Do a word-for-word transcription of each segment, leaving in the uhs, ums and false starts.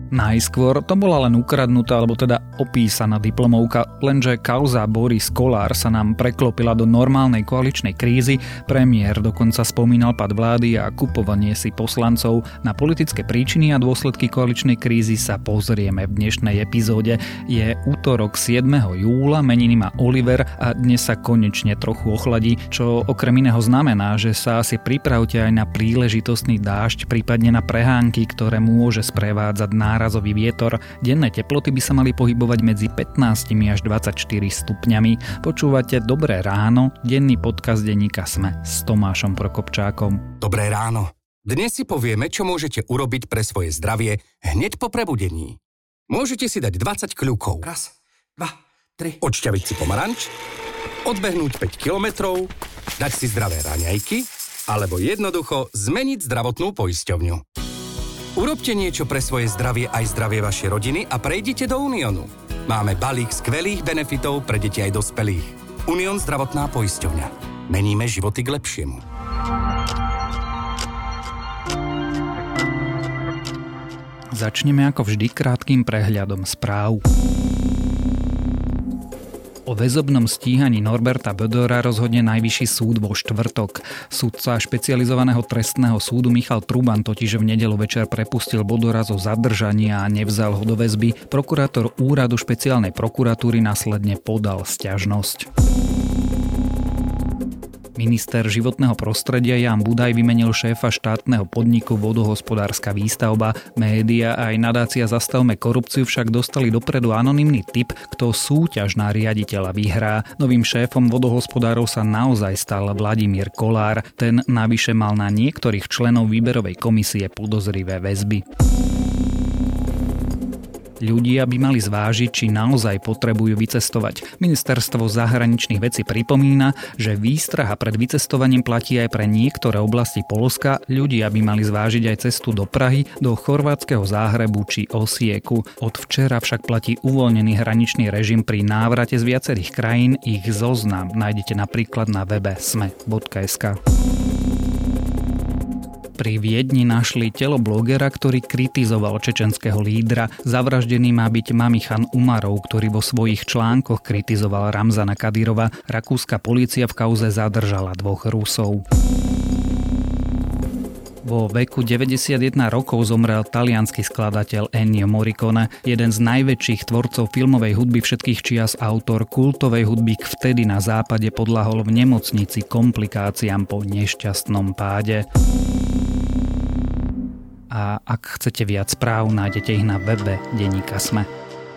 Najskôr to bola len ukradnutá, alebo teda opísaná diplomovka, lenže kauza Boris Kollár sa nám preklopila do normálnej koaličnej krízy. Premiér dokonca spomínal pád vlády a kupovanie si poslancov. Na politické príčiny a dôsledky koaličnej krízy sa pozrieme v dnešnej epizóde. Je útorok siedmeho júla, meniny má Oliver a dnes sa konečne trochu ochladí, čo okrem iného znamená, že sa asi pripravte aj na príležitostný dážď, prípadne na prehánky, ktoré môže sprevádzať nárazový vietor. Denné teploty by sa mali pohybovať medzi pätnásť až dvadsaťštyri stupňami. Počúvate Dobré ráno, denný podcast denníka SME s Tomášom Prokopčákom. Dobré ráno. Dnes si povieme, čo môžete urobiť pre svoje zdravie hneď po prebudení. Môžete si dať dvadsať kľukov. Raz, dva, tri. Odšťaviť si pomaranč, odbehnúť päť kilometrov, dať si zdravé raňajky, alebo jednoducho zmeniť zdravotnú poisťovňu. Urobte niečo pre svoje zdravie aj zdravie vašej rodiny a prejdite do Uniónu. Máme balík skvelých benefitov pre deti aj dospelých. Unión zdravotná poisťovňa. Meníme životy k lepšiemu. Začneme ako vždy krátkym prehľadom správ. O väzobnom stíhaní Norberta Bodora rozhodne Najvyšší súd vo štvrtok. Sudca špecializovaného trestného súdu Michal Truban totiž v nedeľu večer prepustil Bodora zo zadržania a nevzal ho do väzby. Prokurátor úradu špeciálnej prokuratúry následne podal sťažnosť. Minister životného prostredia Ján Budaj vymenil šéfa štátneho podniku Vodohospodárska výstavba. Média a aj nadácia Zastavme korupciu však dostali dopredu anonymný tip, kto súťaž na riaditeľa vyhrá. Novým šéfom vodohospodárov sa naozaj stal Vladimír Kollár. Ten navyše mal na niektorých členov výberovej komisie podozrivé väzby. Ľudia by mali zvážiť, či naozaj potrebujú vycestovať. Ministerstvo zahraničných vecí pripomína, že výstraha pred vycestovaním platí aj pre niektoré oblasti Poľska. Ľudia by mali zvážiť aj cestu do Prahy, do chorvátskeho Záhrebu či Osieku. Od včera však platí uvoľnený hraničný režim pri návrate z viacerých krajín. Ich zoznam nájdete napríklad na webe sme bodka es ká. Pri Viedni našli telo blogera, ktorý kritizoval čečenského lídra. Zavraždený má byť Mamichan Umarov, ktorý vo svojich článkoch kritizoval Ramzana Kadyrova. Rakúska polícia v kauze zadržala dvoch Rusov. Vo veku deväťdesiatjeden rokov zomrel taliansky skladateľ Ennio Morricone, jeden z najväčších tvorcov filmovej hudby všetkých čias, autor kultovej hudby Vtedy na západe podľahol v nemocnici komplikáciám po nešťastnom páde. A ak chcete viac správ, nájdete ich na webe denníka SME.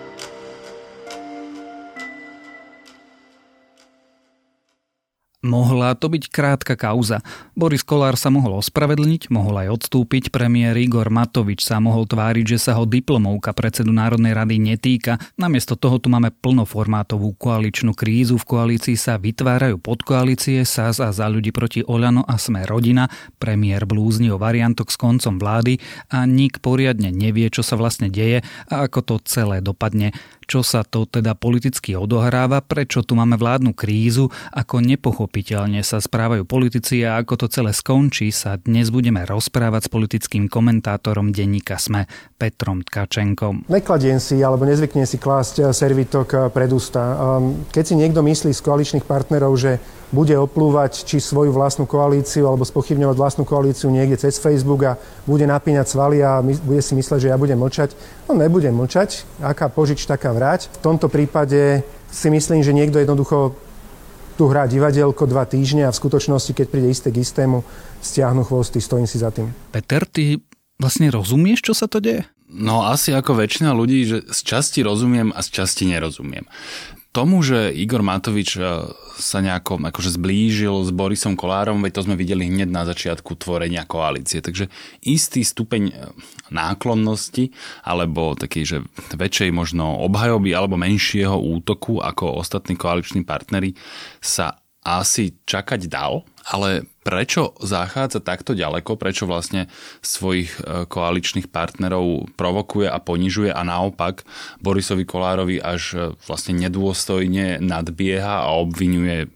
Mohla to byť krátka kauza. Boris Kollár sa mohol ospravedlniť, mohol aj odstúpiť, premiér Igor Matovič sa mohol tváriť, že sa ho diplomovka predsedu Národnej rady netýka. Namiesto toho tu máme plnoformátovú koaličnú krízu. V koalícii sa vytvárajú podkoalície es a es a Za ľudí proti Oľano a Sme rodina. Premiér blúzni o variantok s koncom vlády a nik poriadne nevie, čo sa vlastne deje a ako to celé dopadne. Čo sa to teda politicky odohráva, prečo tu máme vládnu krízu, ako nepochopiteľne sa správajú politici a ako to celé skončí, sa dnes budeme rozprávať s politickým komentátorom denníka SME Petrom Tkačenkom. Nekladiem si alebo nezvyknem si klásť servitok pred ústa. Keď si niekto myslí z koaličných partnerov, že bude oplúvať či svoju vlastnú koalíciu alebo spochybňovať vlastnú koalíciu niekde cez Facebook a bude napínať svaly a bude si mysleť, že ja budem mlčať. No nebudem mlčať. Aká požič, taká vrať. V tomto prípade si myslím, že niekto jednoducho tu hrá divadelko dva týždne a v skutočnosti, keď príde isté k istému, stiahnu chvosty, stojím si za tým. Peter, ty vlastne rozumieš, čo sa to deje? No asi ako väčšina ľudí, že z časti rozumiem a z časti nerozumiem. Tomu, že Igor Matovič sa nejako akože zblížil s Borisom Kollárom, veď to sme videli hneď na začiatku tvorenia koalície. Takže istý stupeň náklonnosti alebo taký, že väčšej možno obhajoby alebo menšieho útoku ako ostatní koaliční partneri sa asi čakať dal, ale prečo zachádza takto ďaleko, prečo vlastne svojich koaličných partnerov provokuje a ponižuje a naopak Borisovi Kollárovi až vlastne nedôstojne nadbieha a obviňuje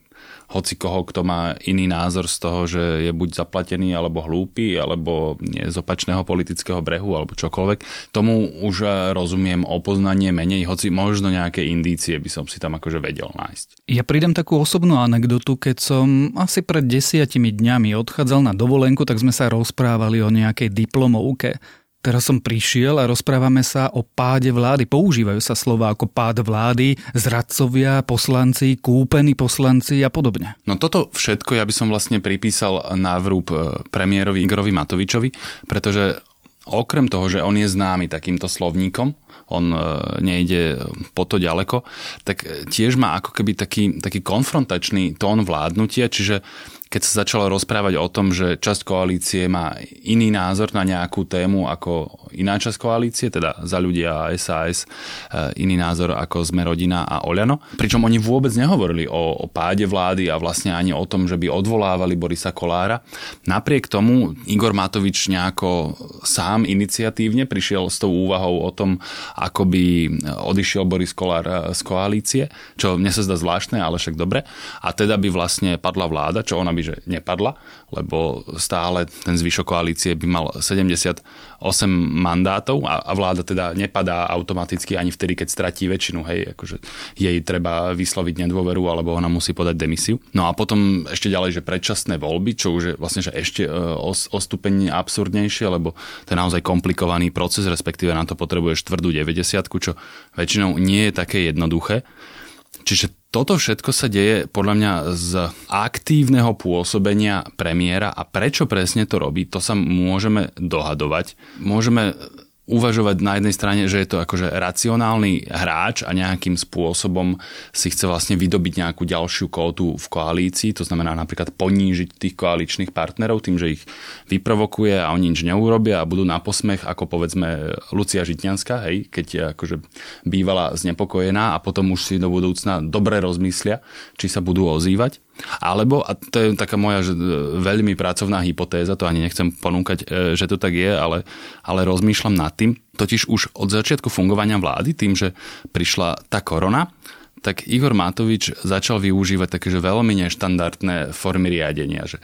hoci koho, kto má iný názor z toho, že je buď zaplatený, alebo hlúpy, alebo je z opačného politického brehu, alebo čokoľvek. Tomu už rozumiem o poznanie menej, hoci možno nejaké indície by som si tam akože vedel nájsť. Ja pridám takú osobnú anekdotu, keď som asi pred desiatimi dňami odchádzal na dovolenku, tak sme sa rozprávali o nejakej diplomovke. Teraz som prišiel a rozprávame sa o páde vlády. Používajú sa slova ako pád vlády, zradcovia, poslanci, kúpení poslanci a podobne. No toto všetko ja by som vlastne pripísal na vrúb premiérovi Igorovi Matovičovi, pretože okrem toho, že on je známy takýmto slovníkom, on nejde po to ďaleko, tak tiež má ako keby taký, taký konfrontačný tón vládnutia, čiže keď sa začalo rozprávať o tom, že časť koalície má iný názor na nejakú tému ako iná časť koalície, teda Za ľudia a es a es, iný názor ako Sme rodina a Oľano. Pričom oni vôbec nehovorili o, o páde vlády a vlastne ani o tom, že by odvolávali Borisa Kollára. Napriek tomu Igor Matovič nejako sám iniciatívne prišiel s tou úvahou o tom, ako by odišiel Boris Kollár z koalície, čo mne sa zdá zvláštne, ale však dobre. A teda by vlastne padla vláda, čo ona by že nepadla, lebo stále ten zvyšok koalície by mal sedemdesiatosem mandátov a, a vláda teda nepadá automaticky ani vtedy, keď stratí väčšinu, hej, akože jej treba vysloviť nedôveru alebo ona musí podať demisiu. No a potom ešte ďalej, že predčasné voľby, čo už je vlastne že ešte o, o stupeň absurdnejšie, lebo to je naozaj komplikovaný proces, respektíve na to potrebuješ tvrdú deväťdesiatku, čo väčšinou nie je také jednoduché. Čiže toto všetko sa deje podľa mňa z aktívneho pôsobenia premiéra a prečo presne to robí, to sa môžeme dohadovať. Môžeme uvažovať na jednej strane, že je to akože racionálny hráč a nejakým spôsobom si chce vlastne vydobiť nejakú ďalšiu kótu v koalícii, to znamená napríklad ponížiť tých koaličných partnerov tým, že ich vyprovokuje a oni nič neurobia a budú na posmech, ako povedzme Lucia Žitňanská, hej, keď je akože bývala znepokojená a potom už si do budúcna dobre rozmyslia, či sa budú ozývať. Alebo, a to je taká moja že veľmi pracovná hypotéza, to ani nechcem ponúkať, že to tak je, ale, ale rozmýšľam nad tým, totiž už od začiatku fungovania vlády, tým, že prišla tá korona, tak Igor Matovič začal využívať také že veľmi neštandardné formy riadenia, že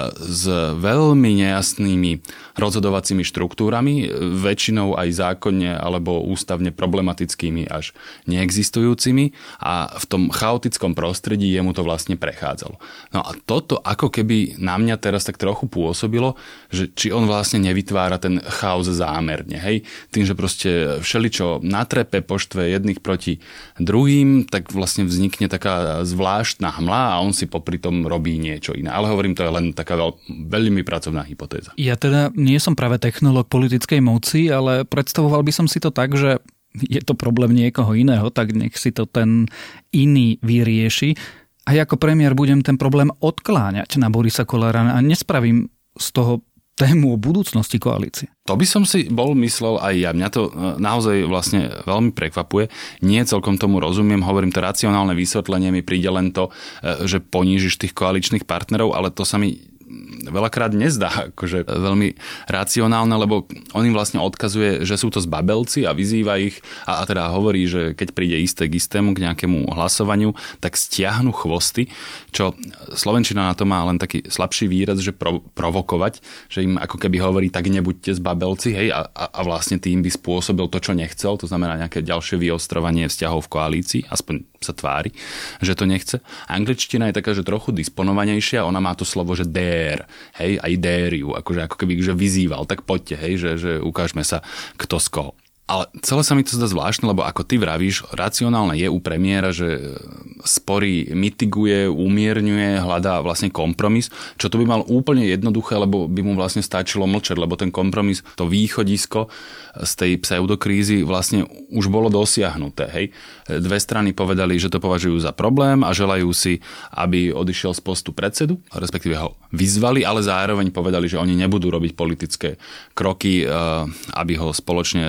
s veľmi nejasnými rozhodovacími štruktúrami, väčšinou aj zákonne alebo ústavne problematickými až neexistujúcimi a v tom chaotickom prostredí jemu to vlastne prechádzalo. No a toto ako keby na mňa teraz tak trochu pôsobilo, že či on vlastne nevytvára ten chaos zámerne, hej? Tým, že proste všeličo natrepe, poštve jedných proti druhým, tak vlastne vznikne taká zvláštna hmla a on si popri tom robí niečo iné. Ale hovorím, to je len taká veľ, veľmi pracovná hypotéza. Ja teda nie som práve technológ politickej moci, ale predstavoval by som si to tak, že je to problém niekoho iného, tak nech si to ten iný vyrieši. A ja ako premiér budem ten problém odkláňať na Borisa Kollára a nespravím z toho tému o budúcnosti koalície. To by som si bol myslel aj ja. Mňa to naozaj vlastne veľmi prekvapuje. Nie celkom tomu rozumiem. Hovorím, to racionálne vysvetlenie mi príde len to, že ponížiš tých koaličných partnerov, ale to sa mi veľakrát nezdá akože veľmi racionálne, lebo on im vlastne odkazuje, že sú to zbabelci a vyzýva ich a, a teda hovorí, že keď príde isté k istému, k nejakému hlasovaniu, tak stiahnu chvosty, čo slovenčina na to má len taký slabší výraz, že pro, provokovať, že im ako keby hovorí, tak nebuďte zbabelci, hej, a, a, a vlastne tým by spôsobil to, čo nechcel, to znamená nejaké ďalšie vyostrovanie vzťahov v koalícii, aspoň sa tvári, že to nechce. Angličtina je taká, že trochu disponovanejšia, ona má to slovo, že dare, hej, aj dare you, akože ako keby že vyzýval, tak poďte, hej, že, že ukážme sa, kto z koho. Ale celé sa mi to zdá zvláštne, lebo ako ty vravíš, racionálne je u premiéra, že spory mitiguje, umierňuje, hľadá vlastne kompromis, čo to by mal úplne jednoduché, lebo by mu vlastne stačilo mlčať, lebo ten kompromis, to východisko z tej pseudokrízy vlastne už bolo dosiahnuté. Hej. Dve strany povedali, že to považujú za problém a želajú si, aby odišiel z postu predsedu, respektíve ho vyzvali, ale zároveň povedali, že oni nebudú robiť politické kroky, aby ho spoločne s opozíciou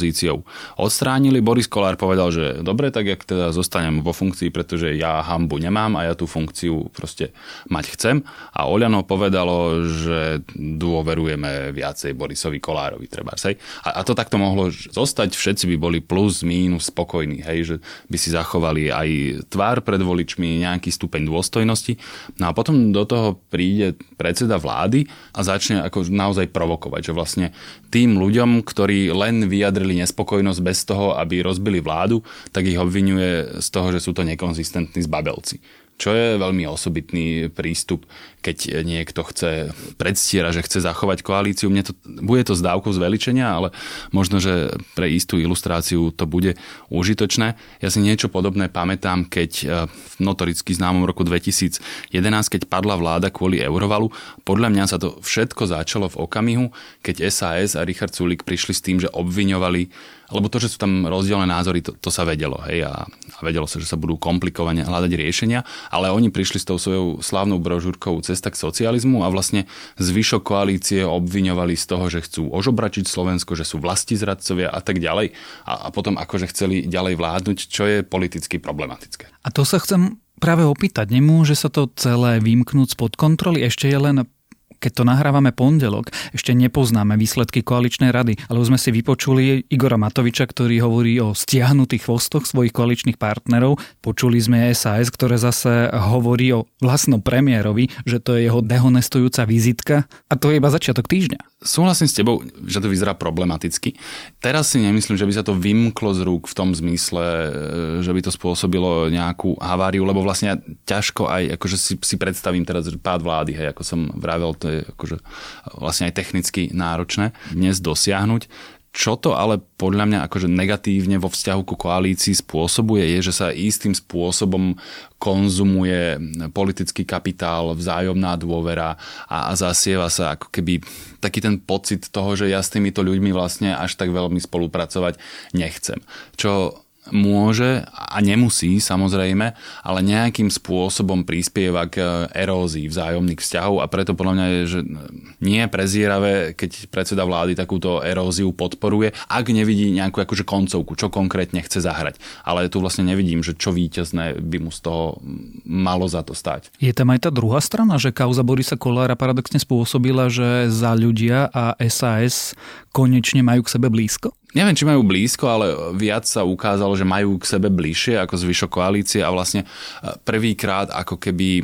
opozíciou odstránili. Boris Kollár povedal, že dobre, tak jak teda zostanem vo funkcii, pretože ja hanbu nemám a ja tú funkciu proste mať chcem. A Oľano povedalo, že dôverujeme viacej Borisovi Kollárovi, trebárs, hej. A, a to takto mohlo zostať, všetci by boli plus, mínus spokojní, hej, že by si zachovali aj tvár pred voličmi, nejaký stupeň dôstojnosti. No a potom do toho príde predseda vlády a začne ako naozaj provokovať, že vlastne tým ľuďom, ktorí len vyjadrili nespokojnosť bez toho, aby rozbili vládu, tak ich obviňuje z toho, že sú to nekonzistentní zbabelci. Čo je veľmi osobitný prístup, keď niekto chce predstierať, že chce zachovať koalíciu. Mne to, bude to s dávkou zveličenia, ale možno, že pre istú ilustráciu to bude užitočné. Ja si niečo podobné pamätám, keď v notoricky známom roku dvetisíc jedenásť, keď padla vláda kvôli eurovalu. Podľa mňa sa to všetko začalo v okamihu, keď es a es a Richard Sulík prišli s tým, že obviňovali, lebo to, že sú tam rozdielne názory, to, to sa vedelo, hej, a, a vedelo sa, že sa budú komplikovane hľadať riešenia, ale oni prišli s tou svojou slávnou brožúrkou Cesta k socializmu a vlastne zvyšok koalície obviňovali z toho, že chcú ožobračiť Slovensko, že sú vlastizradcovia a tak ďalej a, a potom akože chceli ďalej vládnuť, čo je politicky problematické. A to sa chcem práve opýtať, nemôže sa to celé vymknúť spod kontroly? Ešte je len, keď to nahrávame pondelok, ešte nepoznáme výsledky koaličnej rady, ale už sme si vypočuli Igora Matoviča, ktorý hovorí o stiahnutých chvostoch svojich koaličných partnerov. Počuli sme es a es, ktoré zase hovorí o vlastnom premiérovi, že to je jeho dehonestujúca vizitka a to je iba začiatok týždňa. Súhlasím s tebou, že to vyzerá problematicky. Teraz si nemyslím, že by sa to vymklo z rúk v tom zmysle, že by to spôsobilo nejakú haváriu, lebo vlastne ťažko aj, akože si, si predstavím teraz pád vlády, hej, ako som vravel, to je akože vlastne aj technicky náročné dnes dosiahnuť. Čo to ale podľa mňa akože negatívne vo vzťahu ku koalícii spôsobuje, je, že sa istým spôsobom konzumuje politický kapitál, vzájomná dôvera a, a zasieva sa ako keby taký ten pocit toho, že ja s týmito ľuďmi vlastne až tak veľmi spolupracovať nechcem. Čo môže a nemusí samozrejme, ale nejakým spôsobom prispieva k erózii vzájomných vzťahov a preto podľa mňa je, že nie je prezieravé, keď predseda vlády takúto eróziu podporuje, ak nevidí nejakú akože koncovku, čo konkrétne chce zahrať. Ale tu vlastne nevidím, že čo víťazné by mu z toho malo za to stať. Je tam aj tá druhá strana, že kauza Borisa Kollára paradoxne spôsobila, že Za ľudia a es a es konečne majú k sebe blízko? Neviem, či majú blízko, ale viac sa ukázalo, že majú k sebe bližšie ako zvyšok koalície a vlastne prvýkrát ako keby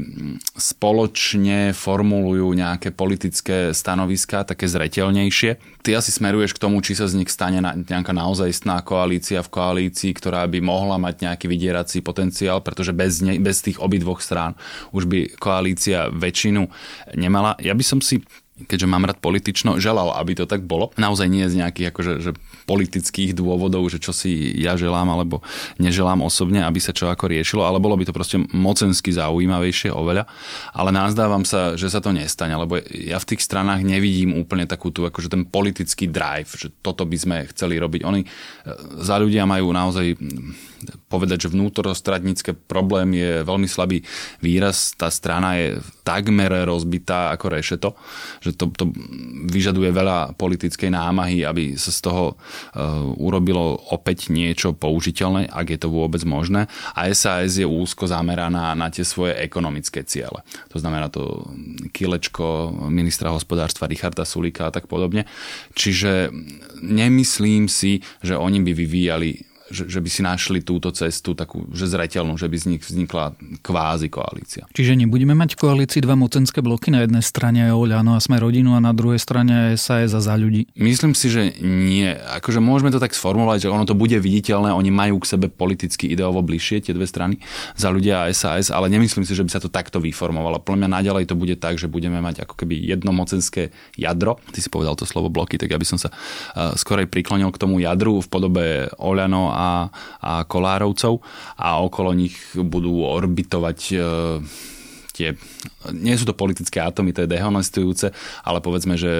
spoločne formulujú nejaké politické stanoviská, také zreteľnejšie. Ty asi smeruješ k tomu, či sa z nich stane nejaká naozajstná koalícia v koalícii, ktorá by mohla mať nejaký vydierací potenciál, pretože bez, ne, bez tých obidvoch strán už by koalícia väčšinu nemala. Ja by som si, keďže mám rád politično, želal, aby to tak bolo. Naozaj nie z nejakých akože, že politických dôvodov, že čo si ja želám alebo neželám osobne, aby sa čo ako riešilo, ale bolo by to proste mocensky zaujímavejšie oveľa. Ale nazdávam sa, že sa to nestane, lebo ja v tých stranách nevidím úplne takú tú, akože ten politický drive, že toto by sme chceli robiť. Oni Za ľudia majú naozaj povedať, že vnútrostradnícke problém je veľmi slabý výraz. Tá strana je takmer rozbitá ako rešeto, že to, to vyžaduje veľa politickej námahy, aby sa z toho uh, urobilo opäť niečo použiteľné, ak je to vôbec možné. A es a es je úzko zameraná na tie svoje ekonomické ciele. To znamená to kilečko ministra hospodárstva Richarda Sulíka a tak podobne. Čiže nemyslím si, že oni by vyvíjali Že, že by si našli túto cestu takú, že zreteľnú, že by z nich vznikla kvázi koalícia. Čiže nebudeme mať v koalícii dva mocenské bloky, na jednej strane je Oľano a Sme rodinu a na druhej strane es a es a Za ľudí? Myslím si, že nie. Akože môžeme to tak sformulovať, že ono to bude viditeľné, oni majú k sebe politicky ideovo bližšie, tie dve strany, Za ľudia a es a es, ale nemyslím si, že by sa to takto vyformovalo. Podľa mňa naďalej to bude tak, že budeme mať ako keby jedno mocenské jadro. Ty si povedal to slovo bloky, tak ja by som sa skorej priklonil k tomu jadru v podobe Oľano a, a Kollárovcov a okolo nich budú orbitovať e, tie, nie sú to politické atómy, to je dehonestujúce, ale povedzme, že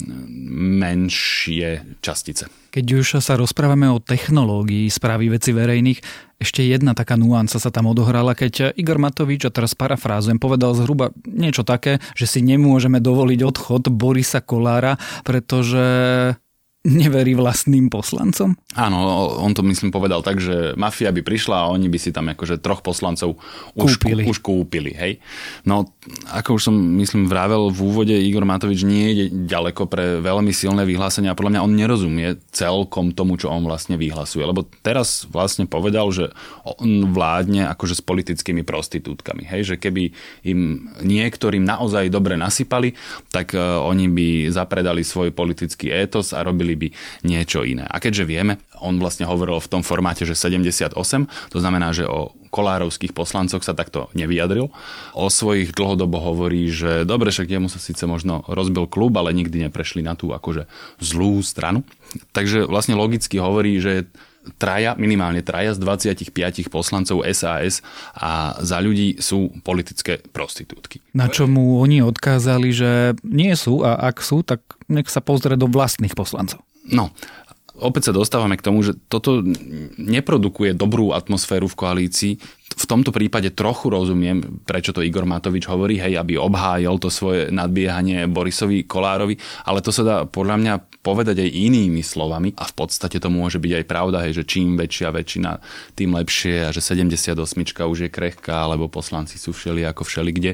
menšie častice. Keď už sa rozprávame o technológii správy veci verejných, ešte jedna taká nuanca sa tam odohrala, keď Igor Matovič, a teraz parafrázujem, povedal zhruba niečo také, že si nemôžeme dovoliť odchod Borisa Kollára, pretože neverí vlastným poslancom? Áno, on to myslím povedal tak, že mafia by prišla a oni by si tam akože troch poslancov už kúpili. Už kúpili, hej. No, ako už som myslím vravel v úvode, Igor Matovič nie je ďaleko pre veľmi silné vyhlásenia a podľa mňa on nerozumie celkom tomu, čo on vlastne vyhlasuje. Lebo teraz vlastne povedal, že on vládne akože s politickými prostitútkami, hej. Že keby im niektorým naozaj dobre nasypali, tak uh, oni by zapredali svoj politický étos a robili by niečo iné. A keďže vieme, on vlastne hovoril v tom formáte, že sedemdesiatosem, to znamená, že o kolárovských poslancoch sa takto nevyjadril. O svojich dlhodobo hovorí, že dobre, však jemu sa síce možno rozbil klub, ale nikdy neprešli na tú akože zlú stranu. Takže vlastne logicky hovorí, že traja, minimálne traja z dvadsaťpäť poslancov es a es a Za ľudí sú politické prostitútky. Na čo mu oni odkázali, že nie sú a ak sú, tak nech sa pozrie do vlastných poslancov. No, opäť sa dostávame k tomu, že toto neprodukuje dobrú atmosféru v koalícii. V tomto prípade trochu rozumiem, prečo to Igor Matovič hovorí, hej, aby obhájil to svoje nadbiehanie Borisovi Kolárovi, ale to sa dá podľa mňa povedať aj inými slovami a v podstate to môže byť aj pravda, hej, že čím väčšia väčšina, tým lepšie a že sedemdesiatosem už je krehká, alebo poslanci sú všeli ako všeli kde,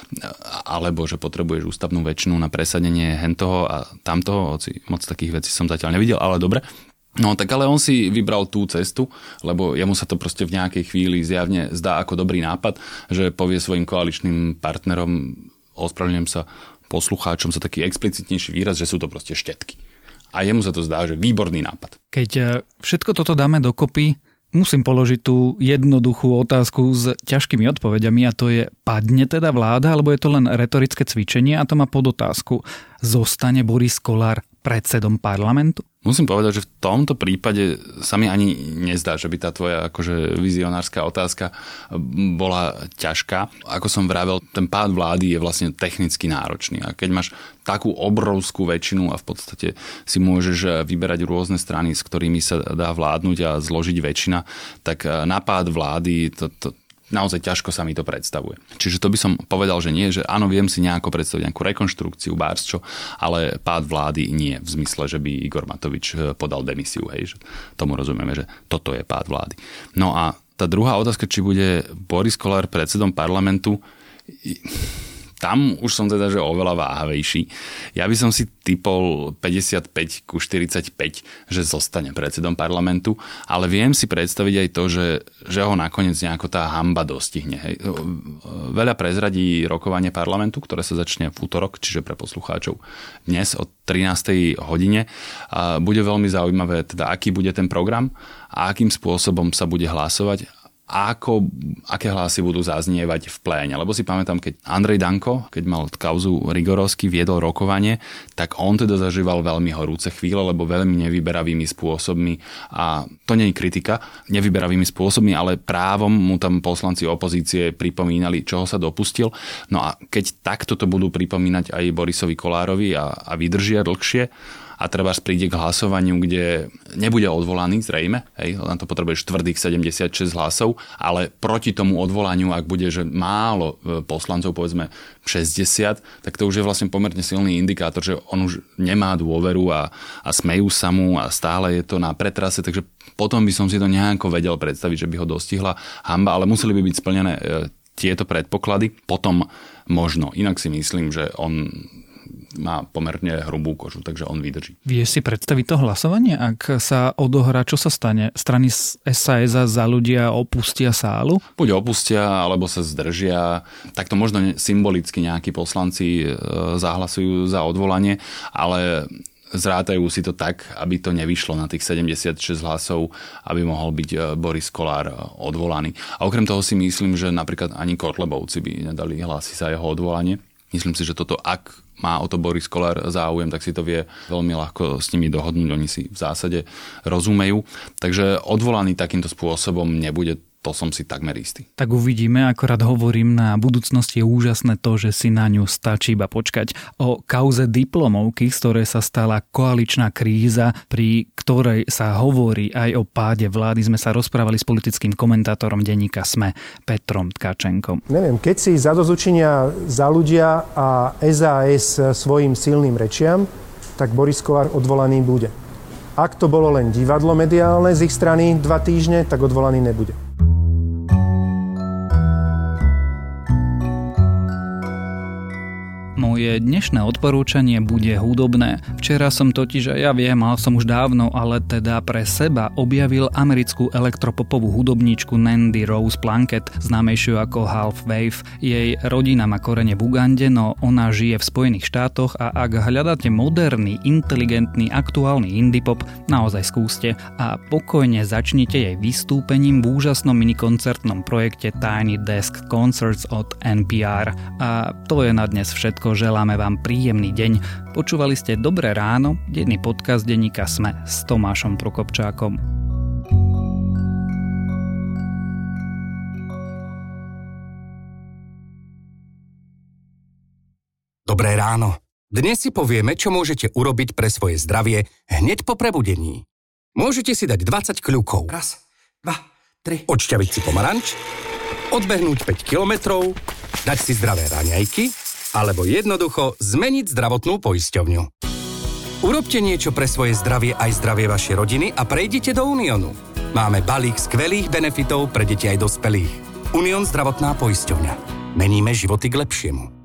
alebo že potrebuješ ústavnú väčšinu na presadenie hentoho a tamtoho, hoci moc takých vecí som zatiaľ nevidel, ale dobre. No tak ale on si vybral tú cestu, lebo jemu sa to proste v nejakej chvíli zjavne zdá ako dobrý nápad, že povie svojim koaličným partnerom, ospravedlňujem sa poslucháčom za taký explicitnejší výraz, že sú to proste štetky. A jemu sa to zdá, že výborný nápad. Keď všetko toto dáme dokopy, musím položiť tú jednoduchú otázku s ťažkými odpovediami a to je, padne teda vláda, alebo je to len retorické cvičenie a to má podotázku. Zostane Boris Kolár predsedom parlamentu? Musím povedať, že v tomto prípade sa mi ani nezdá, že by tá tvoja akože vizionárska otázka bola ťažká. Ako som vravel, ten pád vlády je vlastne technicky náročný. A keď máš takú obrovskú väčšinu a v podstate si môžeš vyberať rôzne strany, s ktorými sa dá vládnuť a zložiť väčšina, tak na pád vlády to, to naozaj ťažko sa mi to predstavuje. Čiže to by som povedal, že nie, že áno, viem si nejako predstaviť nejakú rekonštrukciu, bársčo, ale pád vlády nie v zmysle, že by Igor Matovič podal demisiu. Hej, že tomu rozumieme, že toto je pád vlády. No a tá druhá otázka, či bude Boris Kolár predsedom parlamentu, tam už som teda, že oveľa váhavejší. Ja by som si typol päťdesiatpäť ku štyridsaťpäť, že zostane predsedom parlamentu, ale viem si predstaviť aj to, že, že ho nakoniec nejako tá hanba dostihne. Hej. Veľa prezradí rokovanie parlamentu, ktoré sa začne v útorok, čiže pre poslucháčov dnes od trinástej hodine. A bude veľmi zaujímavé, teda aký bude ten program a akým spôsobom sa bude hlasovať a ako, aké hlasy budú zaznievať v pléne. Lebo si pamätám, keď Andrej Danko, keď mal kauzu Rigorovský, viedol rokovanie, tak on teda zažíval veľmi horúce chvíle, lebo veľmi nevyberavými spôsobmi, a to nie je kritika, nevyberavými spôsobmi, ale právom mu tam poslanci opozície pripomínali, čoho sa dopustil. No a keď takto to budú pripomínať aj Borisovi Kolárovi a, a vydržia dlhšie, a treba príde k hlasovaniu, kde nebude odvolaný zrejme, hej, len to potrebuješ tvrdých sedemdesiatšesť hlasov, ale proti tomu odvolaniu, ak bude, že málo poslancov, povedzme šesťdesiat, tak to už je vlastne pomerne silný indikátor, že on už nemá dôveru a, a smejú sa mu a stále je to na pretrase, takže potom by som si to nejako vedel predstaviť, že by ho dostihla hanba, ale museli by byť splnené e, tieto predpoklady. Potom možno, inak si myslím, že on má pomerne hrubú kožu, takže on vydrží. Vieš si predstaviť to hlasovanie, ak sa odohrá, čo sa stane? Strany es a es a Za ľudia opustia sálu? Buď opustia, alebo sa zdržia. Takto možno symbolicky nejakí poslanci zahlasujú za odvolanie, ale zrátajú si to tak, aby to nevyšlo na tých sedemdesiatšesť hlasov, aby mohol byť Boris Kolár odvolaný. A okrem toho si myslím, že napríklad ani Kotlebovci by nedali hlasy za jeho odvolanie. Myslím si, že toto, ak má o to Boris Kolár záujem, tak si to vie veľmi ľahko s nimi dohodnúť. Oni si v zásade rozumejú. Takže odvolaný takýmto spôsobom nebude. To som si takmer istý. Tak uvidíme, akorát hovorím, na budúcnosti je úžasné to, že si na ňu stačí iba počkať. O kauze diplomovky, z ktorej sa stala koaličná kríza, pri ktorej sa hovorí aj o páde vlády, sme sa rozprávali s politickým komentátorom denníka SME, Petrom Tkačenkom. Neviem, keď si zadozučinia Za ľudia a es a es svojim silným rečiam, tak Boris Kolár odvolaný bude. Ak to bolo len divadlo mediálne z ich strany dva týždne, tak odvolaný nebude. Moje dnešné odporúčanie bude hudobné. Včera som totiž, ja viem, mal som už dávno, ale teda pre seba objavil americkú elektropopovú hudobníčku Nandy Rose Plunkett, známejšiu ako Half Wave. Jej rodina má korene v Ugande, no ona žije v Spojených štátoch a ak hľadáte moderný, inteligentný, aktuálny indie pop, naozaj skúste a pokojne začnite jej vystúpením v úžasnom minikoncertnom projekte Tiny Desk Concerts od en pé er. A to je na dnes všetko. Želáme vám príjemný deň. Počúvali ste Dobré ráno, denný podcast denníka SME s Tomášom Prokopčákom. Dobré ráno. Dnes si povieme, čo môžete urobiť pre svoje zdravie hneď po prebudení. Môžete si dať dvadsať kľukov. Raz, dva, tri. Odšťaviť si pomaranč, odbehnúť päť kilometrov, dať si zdravé raňajky, alebo jednoducho zmeniť zdravotnú poisťovňu. Urobte niečo pre svoje zdravie aj zdravie vašej rodiny a prejdite do Uniónu. Máme balík skvelých benefitov pre deti aj dospelých. Unión zdravotná poisťovňa. Meníme životy k lepšiemu.